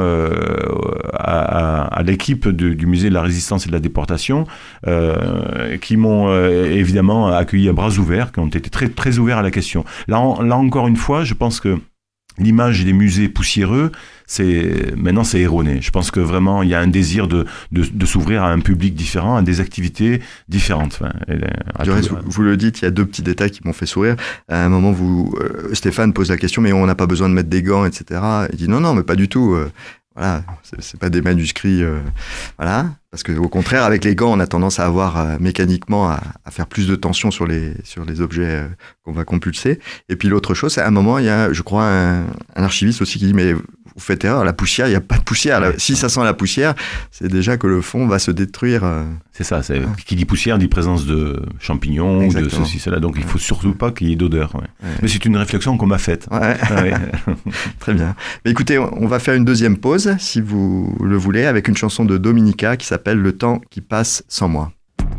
à l'équipe du musée de la Résistance et de la Déportation, qui m'ont évidemment accueilli à bras ouverts, qui ont été très, très ouverts à la question. Là encore une fois, je pense que l'image des musées poussiéreux, maintenant c'est erroné. Je pense que vraiment il y a un désir de s'ouvrir à un public différent, à des activités différentes. Vous le dites, il y a deux petits détails qui m'ont fait sourire. À un moment, Stéphane pose la question, mais on n'a pas besoin de mettre des gants, etc. Il dit non, mais pas du tout. Voilà, c'est pas des manuscrits, voilà. Parce que au contraire, avec les gants, on a tendance à avoir mécaniquement à faire plus de tension sur les objets qu'on va compulser. Et puis l'autre chose, c'est à un moment, il y a, je crois, un archiviste aussi qui dit mais vous faites erreur, la poussière, il n'y a pas de poussière. Si ça sent la poussière, c'est déjà que le fond va se détruire. C'est ça, qui dit poussière dit présence de champignons, ou de ceci, cela. Donc il ne faut surtout pas qu'il y ait d'odeur. Ouais. Ouais. Mais c'est une réflexion qu'on m'a faite. Ouais. Ouais. Très bien. Mais écoutez, on va faire une deuxième pause, si vous le voulez, avec une chanson de Dominica qui s'appelle Le temps qui passe sans moi.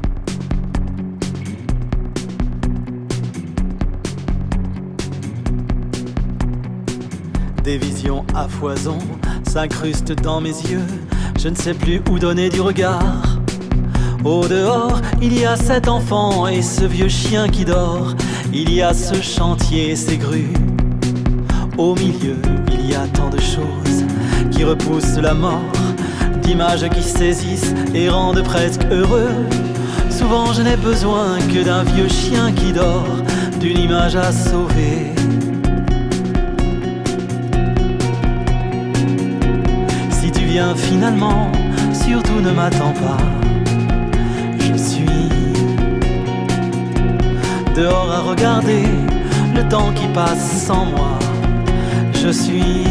Des visions à foison s'incrustent dans mes yeux. Je ne sais plus où donner du regard. Au dehors, il y a cet enfant et ce vieux chien qui dort. Il y a ce chantier et ces grues. Au milieu, il y a tant de choses qui repoussent la mort, d'images qui saisissent et rendent presque heureux. Souvent, je n'ai besoin que d'un vieux chien qui dort, d'une image à sauver. Viens finalement, surtout ne m'attends pas. Je suis dehors à regarder le temps qui passe sans moi. Je suis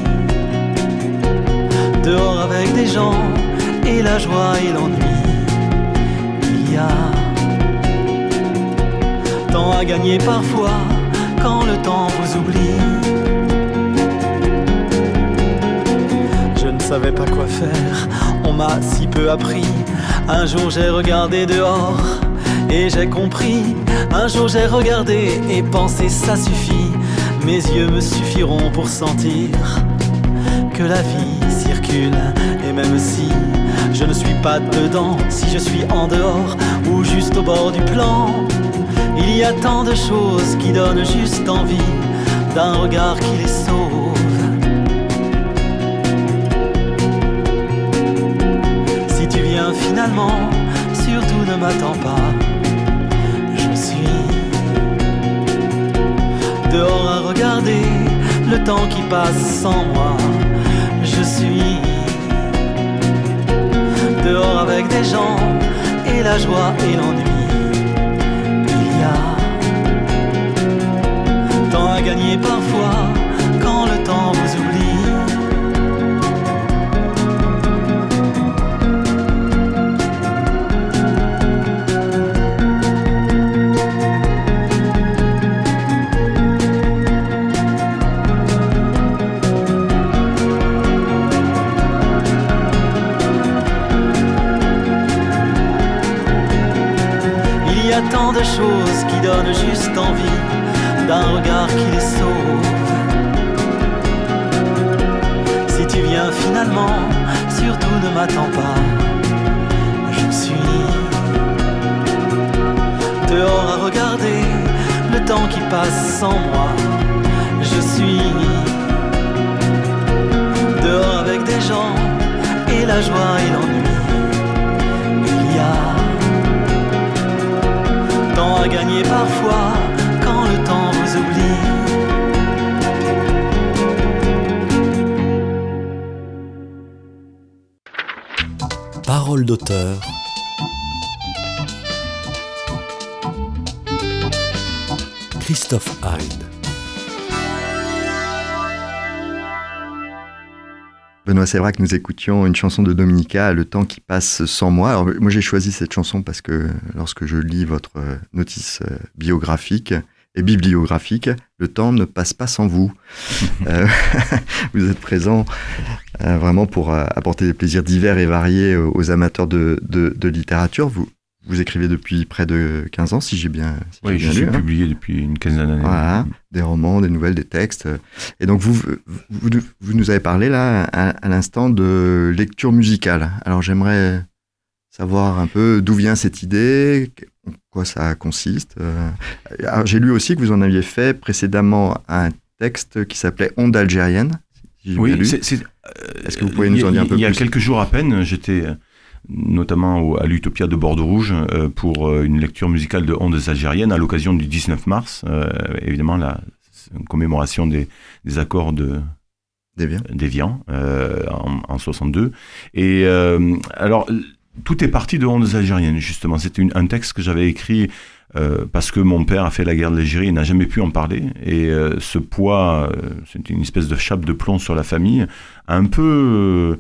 dehors avec des gens et la joie et l'ennui. Il y a tant à gagner parfois quand le temps vous oublie. Je ne savais pas quoi faire, on m'a si peu appris. Un jour j'ai regardé dehors et j'ai compris. Un jour j'ai regardé et pensé ça suffit. Mes yeux me suffiront pour sentir que la vie circule. Et même si je ne suis pas dedans, si je suis en dehors ou juste au bord du plan, il y a tant de choses qui donnent juste envie d'un regard qui les sauve. Finalement, surtout ne m'attends pas. Je suis dehors à regarder le temps qui passe sans moi. Je suis dehors avec des gens et la joie et l'ennui. Il y a tant à gagner parfois quand le temps vous oublie. Tant de choses qui donnent juste envie d'un regard qui les sauve. Si tu viens finalement, surtout ne m'attends pas. Je suis dehors à regarder le temps qui passe sans moi. Je suis dehors avec des gens et la joie et l'ennui. Il y a tant à gagner parfois quand le temps vous oublie. Parole d'auteur. Christophe Hein. Benoît Sévrac, nous écoutions une chanson de Dominica, Le temps qui passe sans moi. Alors, moi, j'ai choisi cette chanson parce que lorsque je lis votre notice biographique, et bibliographique. Le temps ne passe pas sans vous. Vous êtes présent vraiment pour apporter des plaisirs divers et variés aux amateurs de littérature. Vous écrivez depuis près de 15 ans, si j'ai bien Oui, je suis publié depuis une quinzaine d'années. Voilà, des romans, des nouvelles, des textes. Et donc, vous nous avez parlé là, à l'instant, de lecture musicale. Alors, j'aimerais savoir un peu d'où vient cette idée, en quoi ça consiste. Alors, j'ai lu aussi que vous en aviez fait précédemment un texte qui s'appelait « Onde algérienne ». Si oui, est-ce que vous pouvez nous en dire un peu plus ? Il y a quelques jours à peine, j'étais notamment à l'Utopia de Bordeaux-Rouge pour une lecture musicale de Ondes algériennes à l'occasion du 19 mars, évidemment la commémoration des accords d'Évian en 62. Et alors, tout est parti de Ondes algériennes, justement. C'était un texte que j'avais écrit parce que mon père a fait la guerre de l'Algérie et n'a jamais pu en parler. Et ce poids, c'était une espèce de chape de plomb sur la famille, a un peu...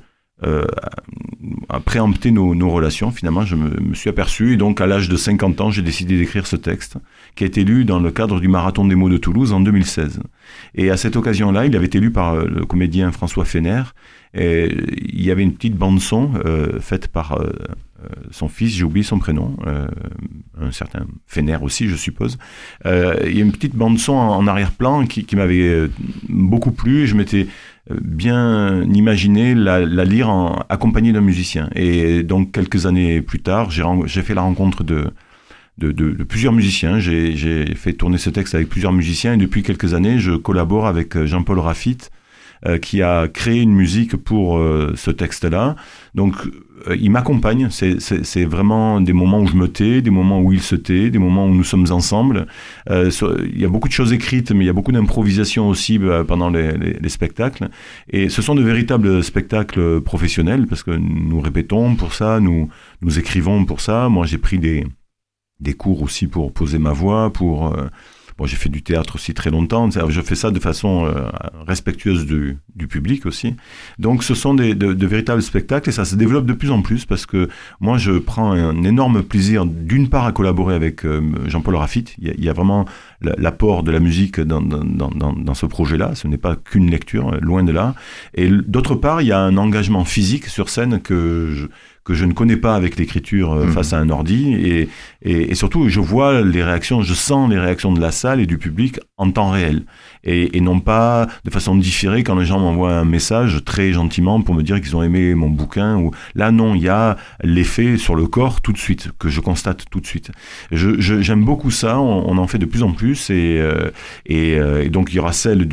à préempter nos relations. Finalement, je me suis aperçu, et donc à l'âge de 50 ans, j'ai décidé d'écrire ce texte, qui a été lu dans le cadre du Marathon des mots de Toulouse en 2016. Et à cette occasion-là, il avait été lu par le comédien François Fener, et il y avait une petite bande-son faite par son fils, j'ai oublié son prénom, un certain Fener aussi, je suppose. Il y a une petite bande-son en arrière-plan qui m'avait beaucoup plu, et je m'étais bien imaginé la lire accompagnée d'un musicien. Et donc, quelques années plus tard, j'ai fait la rencontre de plusieurs musiciens. J'ai fait tourner ce texte avec plusieurs musiciens, et depuis quelques années, je collabore avec Jean-Paul Raffitte, qui a créé une musique pour ce texte-là. Donc, il m'accompagne. C'est vraiment des moments où je me tais, des moments où il se tait, des moments où nous sommes ensemble. Il y a beaucoup de choses écrites, mais il y a beaucoup d'improvisation aussi pendant les spectacles. Et ce sont de véritables spectacles professionnels, parce que nous répétons pour ça, nous écrivons pour ça. Moi, j'ai pris des cours aussi pour poser ma voix, Bon, j'ai fait du théâtre aussi très longtemps. Je fais ça de façon respectueuse du public aussi. Donc, ce sont de véritables spectacles, et ça se développe de plus en plus, parce que moi, je prends un énorme plaisir, d'une part, à collaborer avec Jean-Paul Raffitte. Il y a vraiment l'apport de la musique dans ce projet-là. Ce n'est pas qu'une lecture, loin de là. Et d'autre part, il y a un engagement physique sur scène que je ne connais pas avec l'écriture face à un ordi, et surtout je vois les réactions, je sens les réactions de la salle et du public en temps réel, et non pas de façon différée quand les gens m'envoient un message très gentiment pour me dire qu'ils ont aimé mon bouquin, ou là non, il y a l'effet sur le corps tout de suite, que je constate tout de suite. J'aime beaucoup ça, on en fait de plus en plus, et donc il y aura celle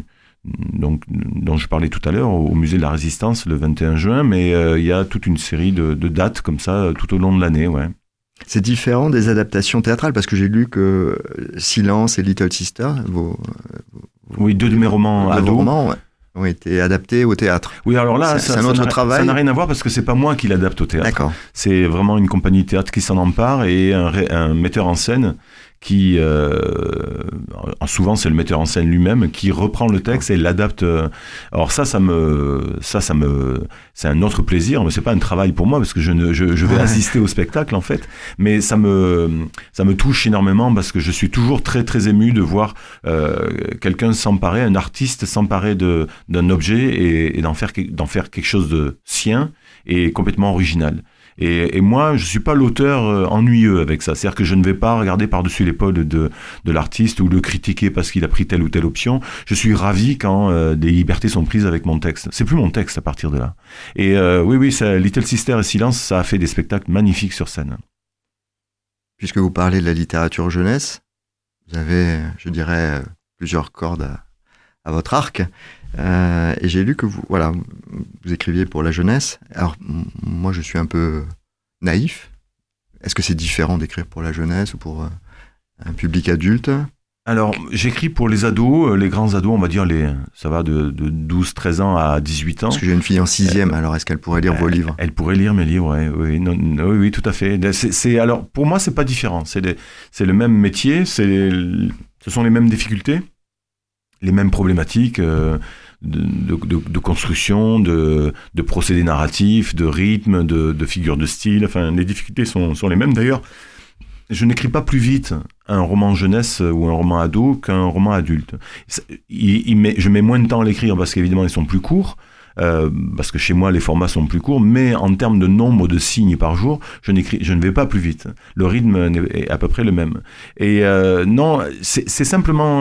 dont je parlais tout à l'heure, au Musée de la Résistance le 21 juin, mais il y a toute une série de dates comme ça tout au long de l'année, ouais. C'est différent des adaptations théâtrales, parce que j'ai lu que Silence et Little Sister, oui, deux de mes romans ados, ont été adaptés au théâtre. Oui, alors là, c'est un autre travail. Ça n'a rien à voir, parce que c'est pas moi qui l'adapte au théâtre. D'accord. C'est vraiment une compagnie de théâtre qui s'en empare, et un metteur en scène qui, souvent c'est le metteur en scène lui-même, qui reprend le texte et l'adapte. Alors c'est un autre plaisir, mais c'est pas un travail pour moi, parce que je vais assister au spectacle en fait, mais ça me touche énormément, parce que je suis toujours très très ému de voir quelqu'un s'emparer, un artiste s'emparer d'un objet et d'en faire quelque chose de sien et complètement original. Et moi, je suis pas l'auteur ennuyeux avec ça. C'est-à-dire que je ne vais pas regarder par-dessus l'épaule de l'artiste ou le critiquer parce qu'il a pris telle ou telle option. Je suis ravi quand des libertés sont prises avec mon texte. C'est plus mon texte à partir de là. Et oui, ça, Little Sister et Silence, ça a fait des spectacles magnifiques sur scène. Puisque vous parlez de la littérature jeunesse, vous avez, je dirais, plusieurs cordes à votre arc. Et j'ai lu que vous écriviez pour la jeunesse. Alors, moi, je suis un peu naïf. Est-ce que c'est différent d'écrire pour la jeunesse ou pour un public adulte ? Alors, j'écris pour les ados, les grands ados, on va dire, ça va de 12-13 ans à 18 ans. Parce que j'ai une fille en 6e, alors est-ce qu'elle pourrait lire vos livres ? Elle pourrait lire mes livres, oui, tout à fait. Alors, pour moi, c'est pas différent. C'est le même métier, ce sont les mêmes difficultés, les mêmes problématiques de construction, de procédés narratifs, de rythme, de figures de style. Enfin, les difficultés sont les mêmes. D'ailleurs, je n'écris pas plus vite un roman jeunesse ou un roman ado qu'un roman adulte. Je mets moins de temps à l'écrire parce qu'évidemment ils sont plus courts, parce que chez moi les formats sont plus courts, mais en termes de nombre de signes par jour, je ne vais pas plus vite. Le rythme est à peu près le même. Et non, c'est simplement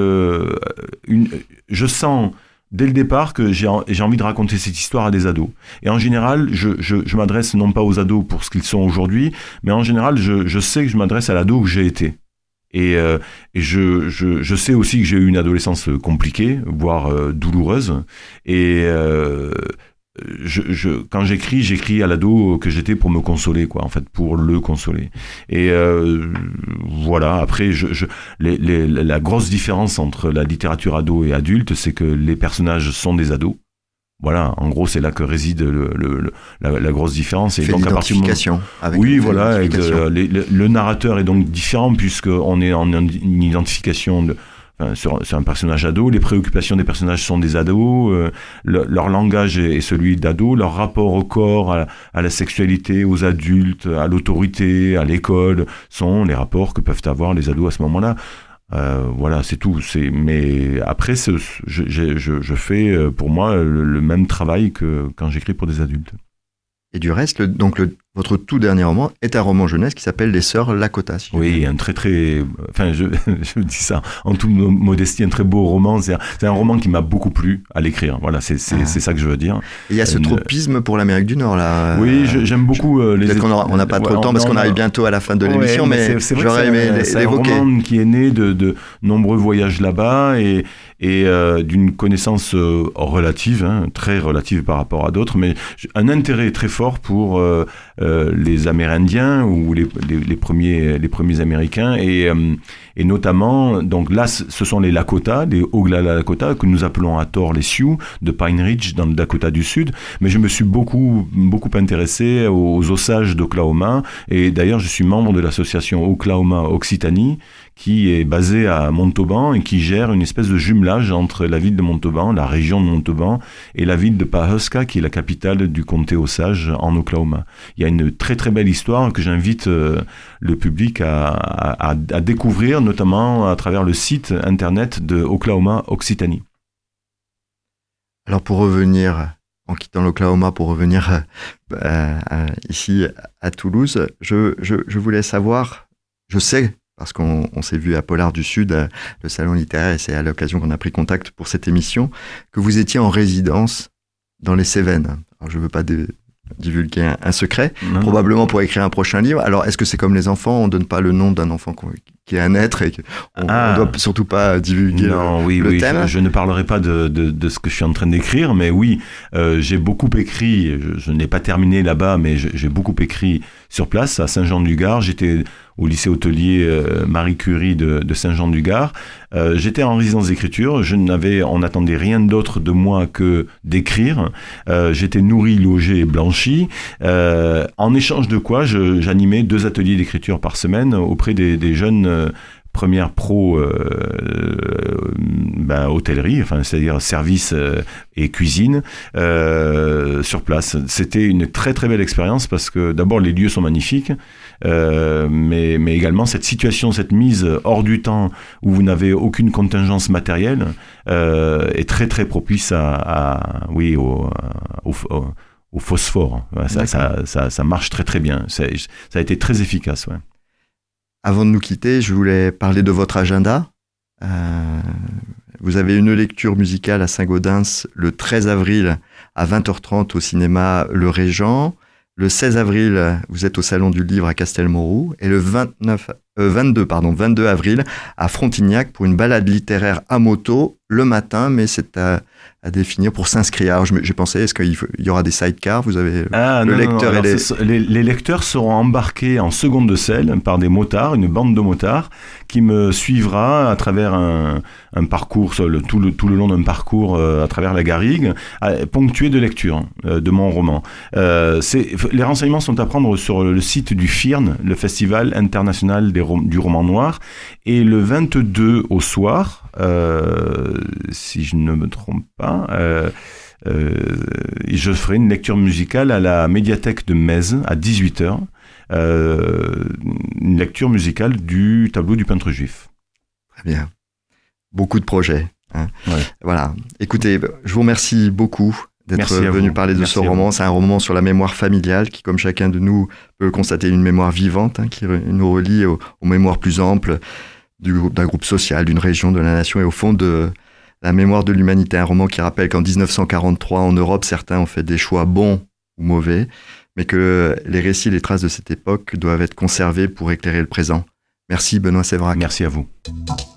je sens dès le départ que j'ai envie de raconter cette histoire à des ados. Et en général, je m'adresse non pas aux ados pour ce qu'ils sont aujourd'hui, mais en général, je sais que je m'adresse à l'ado que j'ai été. Et je sais aussi que j'ai eu une adolescence compliquée, voire douloureuse. Et quand j'écris à l'ado que j'étais pour me consoler, quoi, en fait, pour le consoler. Et voilà. Après, la grosse différence entre la littérature ado et adulte, c'est que les personnages sont des ados. Voilà, en gros, c'est là que réside la grosse différence. Et donc, l'identification. Oui, voilà. Le narrateur est donc différent puisqu'on est en une identification sur un personnage ado. Les préoccupations des personnages sont des ados. Leur langage est celui d'ados. Leur rapport au corps, à la sexualité, aux adultes, à l'autorité, à l'école, sont les rapports que peuvent avoir les ados à ce moment-là. Voilà, c'est tout. Mais après, je fais pour moi le même travail que quand j'écris pour des adultes. Et du reste, votre tout dernier roman est un roman jeunesse qui s'appelle Les Sœurs Lakota. Oui, un très... Enfin, je dis ça en toute modestie, un très beau roman. C'est un roman qui m'a beaucoup plu à l'écrire. Voilà, c'est ça que je veux dire. Et il y a ce tropisme pour l'Amérique du Nord, là. Oui, j'aime beaucoup les... Peut-être qu'on n'a pas trop le temps parce qu'on arrive bientôt à la fin de l'émission, mais j'aurais aimé l'évoquer. C'est un roman qui est né de nombreux voyages là-bas et d'une connaissance relative, très relative par rapport à d'autres, mais un intérêt très fort pour les Amérindiens ou les premiers Américains et notamment, donc là, ce sont les Lakota, les Oglala Lakota, que nous appelons à tort les Sioux, de Pine Ridge, dans le Dakota du Sud. Mais je me suis beaucoup intéressé aux Osages d'Oklahoma. Et d'ailleurs, je suis membre de l'association Oklahoma Occitanie, qui est basée à Montauban et qui gère une espèce de jumelage entre la ville de Montauban, la région de Montauban, et la ville de Pawhuska, qui est la capitale du comté Osage en Oklahoma. Il y a une très très belle histoire que j'invite le public à découvrir, notamment à travers le site internet de Oklahoma Occitanie. Alors pour revenir, en quittant l'Oklahoma, pour revenir ici à Toulouse, je voulais savoir, je sais, parce qu'on s'est vu à Pollard du Sud, le salon littéraire, et c'est à l'occasion qu'on a pris contact pour cette émission, que vous étiez en résidence dans les Cévennes. Alors je ne veux pas divulguer un secret, probablement pour écrire un prochain livre. Alors, est-ce que c'est comme les enfants, on ne donne pas le nom d'un enfant qui est à naître et qu'on ne doit surtout pas divulguer le thème? Je ne parlerai pas de ce que je suis en train d'écrire, mais oui, j'ai beaucoup écrit, je n'ai pas terminé là-bas, mais j'ai beaucoup écrit sur place, à Saint-Jean-du-Gard. J'étais au lycée hôtelier Marie Curie de Saint-Jean-du-Gard. J'étais en résidence d'écriture, on n'attendait rien d'autre de moi que d'écrire. J'étais nourri, logé et blanchi. En échange de quoi, j'animais 2 ateliers d'écriture par semaine auprès des jeunes première pro hôtellerie, c'est-à-dire service et cuisine sur place. C'était une très très belle expérience parce que d'abord les lieux sont magnifiques, mais également cette situation, cette mise hors du temps où vous n'avez aucune contingence matérielle est très très propice au phosphore. Ça marche très très bien. Ça a été très efficace. Ouais. Avant de nous quitter, je voulais parler de votre agenda. Vous avez une lecture musicale à Saint-Gaudens le 13 avril à 20h30 au cinéma Le Régent. Le 16 avril, vous êtes au Salon du Livre à Castelmourou. Et le 22 avril à Frontignac pour une balade littéraire à moto le matin, mais c'est à définir pour s'inscrire. Alors j'ai pensé, est-ce qu'il y aura des sidecars? Vous avez lecteur et les lecteurs seront embarqués en seconde de selle par des motards, une bande de motards qui me suivra à travers un parcours, tout le long d'un parcours à travers la Garrigue, ponctué de lecture de mon roman. Les renseignements sont à prendre sur le site du FIRN, le Festival international du roman noir, et le 22 au soir, si je ne me trompe pas, je ferai une lecture musicale à la médiathèque de Metz à 18h une lecture musicale du tableau du peintre juif. Très bien. Beaucoup de projets. Hein. Ouais. Voilà. Écoutez, je vous remercie beaucoup d'être venu parler de ce roman. C'est un roman sur la mémoire familiale qui, comme chacun de nous, peut constater une mémoire vivante, hein, qui nous relie aux mémoires plus amples d'un groupe social, d'une région, de la nation et au fond de la mémoire de l'humanité. Un roman qui rappelle qu'en 1943, en Europe, certains ont fait des choix bons ou mauvais, mais que les récits et les traces de cette époque doivent être conservés pour éclairer le présent. Merci Benoît Séverac. Merci à vous.